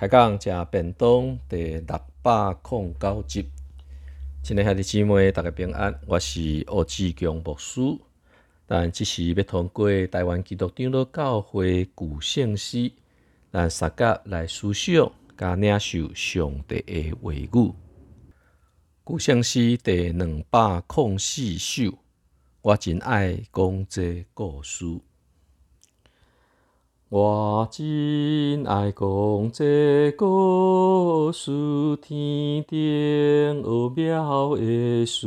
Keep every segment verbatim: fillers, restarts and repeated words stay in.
开讲食便当第六百零九集。亲爱兄弟姊妹，大家平安，我是欧志强牧师。咱即是要通过台湾基督长老教会古圣诗，咱三甲来思想甲领受上帝的话语。古圣诗第两百零四首，我真爱讲这故事。我真爱讲这故事，天顶奥妙的事。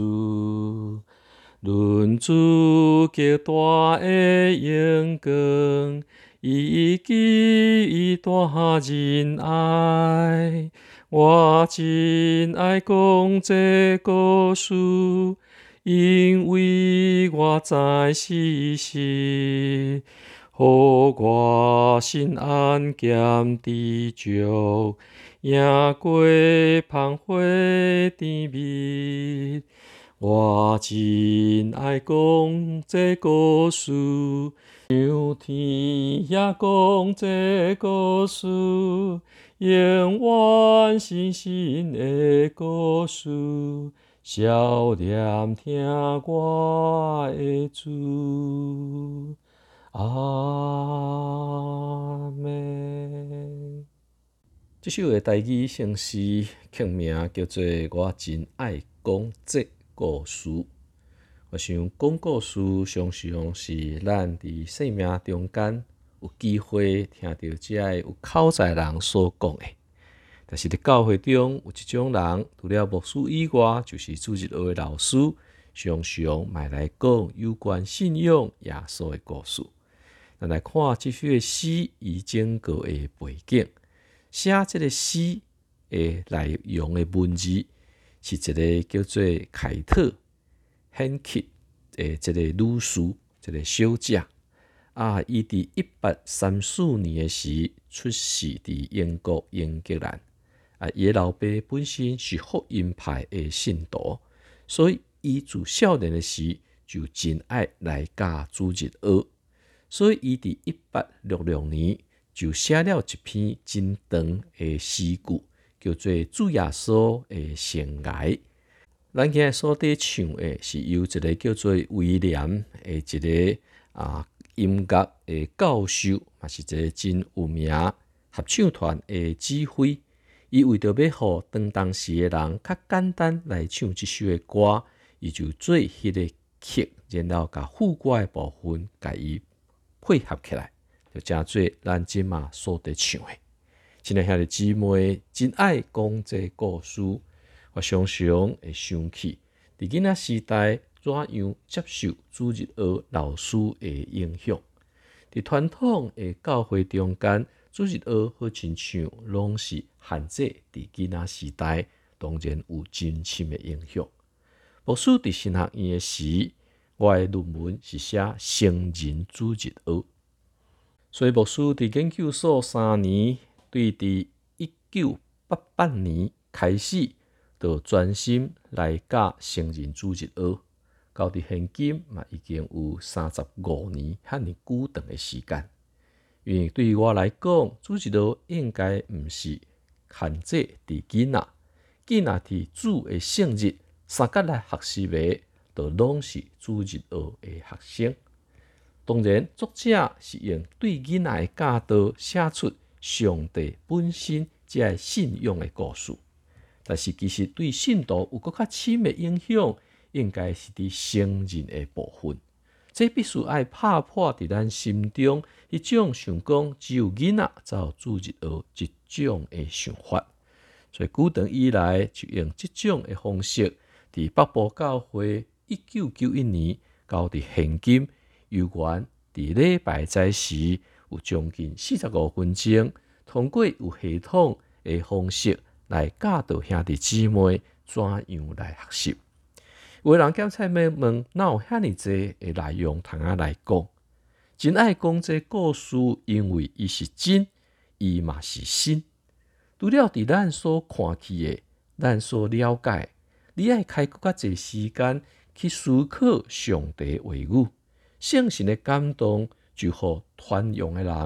论主极大的荣光，伊记伊大仁爱。我真爱讲这故事，因为我知是实。予我心安咸知足，赢过芳华甜蜜。我真爱讲这故事，上天也讲这故事，永远新新的故事，少念听我的主。阿妹，这首的台语圣诗曲名叫做《我真爱讲这故事》。我想讲故事，常常是咱伫生命中间有机会听到这有口才人所讲的。但是伫教会中有一种人，除了牧师以外，就是主日学的老师，常常买来讲有关信仰耶稣的故事。咱来看这首的诗，伊整个的背景。写这个诗的内容的文字，是一个叫做凯特·汉克的这个女士，这个小姐。啊，伊伫一八三四年的时出世伫英国英格兰。啊，伊的老爸本身是福音派的信徒，所以伊自少年的时就真爱来教主日学。所以，伊伫一八六六年就写了一篇真长的诗句，叫做《主耶稣的生涯》。咱今日所伫唱的是由一个叫做威廉的一个啊音乐的教授，嘛是一个真有名合唱团的指挥。伊为着要互当当时的人较简单来唱这首的歌，伊就做迄个曲，然后甲副歌的部分，甲伊配合起来，就真做咱即马所伫唱的。亲爱兄弟姊妹，真爱讲这故事，我常常会想起，伫囡仔时代怎样接受主日学老师的影响。伫传统的教会中间，主日学好亲像拢是限制伫囡仔时代，当然有真深的影响。牧师伫神学院的时，我的论文是写成人主日学，所以牧师伫研究所三年，对伫一九八八年开始，就专心来教成人主日学，到伫现今嘛已经有三十五年遐尼久长的时间。因为对于我来讲，主日学应该毋是限制伫囡仔，囡仔伫主的圣日三甲来学习的。就拢是主日学的学生。当然，作者是用对囡仔的教导写出上帝本身这个信仰的故事，但是其实对信徒有更较深的影响，应该是伫成人的部分。这必须爱拍破伫咱心中迄种想讲只有囡仔才有主日学一种的想法。所以久长以来，就用这种的方式，伫北部教会。一九九一年到伫现今，有缘伫礼拜斋时有将近四十五分钟，通过有系统的方式来教导兄弟姊妹怎样来学习。有人检菜问问，哪有遐尼济的内容通啊来讲？真爱讲这故事，因为伊是真，伊嘛是新。除了伫咱所看起的，咱所了解，你爱开更较济时间。去思考上帝话语，圣神的感动就互传扬的人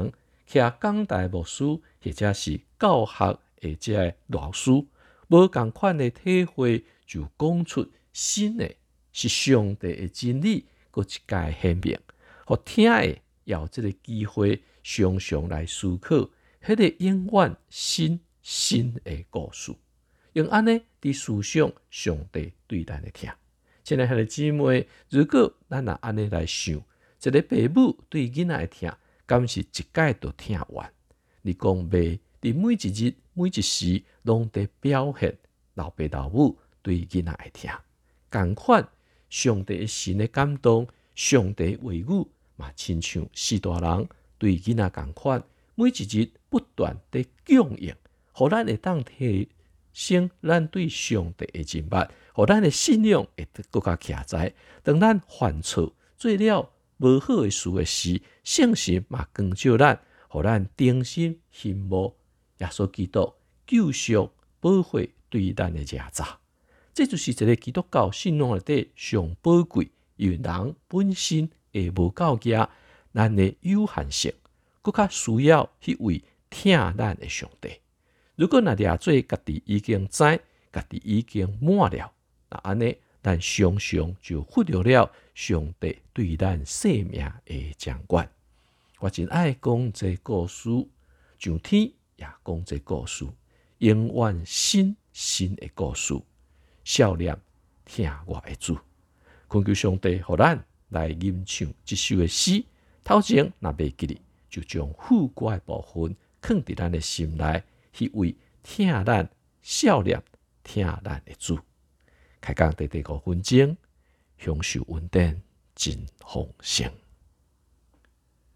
徛讲台牧师或者是教学或者老师，无共款的体会，就讲出新的是上帝的真理，搁一界显明，互听的也有这个机会，常常来思考迄个永远新新的故事，用安尼伫思想上帝对咱的听。亲爱的姊妹，如果咱若安尼来想，一个父母对囡仔的听，敢是一届就听完？你讲袂？伫每一日每一时，拢伫表现老爸老母对囡仔的听。共款，上帝神的感动，上帝的话语嘛，亲像四大人对囡仔共款，每一日不断地供应，互咱会当提升咱对上帝的认捌，互咱的信仰会更加徛在。当咱犯错做了无好的事的时，圣神嘛光照咱，互咱重新信慕耶稣基督救赎保护对咱的热忱。这就是一个基督教信仰内底上宝贵，因为人本身会无够价，咱的有限性，更较需要迄位听咱的上帝。如果若掠做家己已经知，家己已经满了，那安尼咱常常就忽略了上帝对咱生命的掌管。我真爱讲这故事，上天也讲这故事，永远新新的故事。少年听我的主，恳求上帝，互咱来吟唱这首的诗。头前若袂记哩，就将富贵的部分放伫咱的心内，迄位听咱少年听咱的主。开讲第第五分钟，享受稳定真丰盛。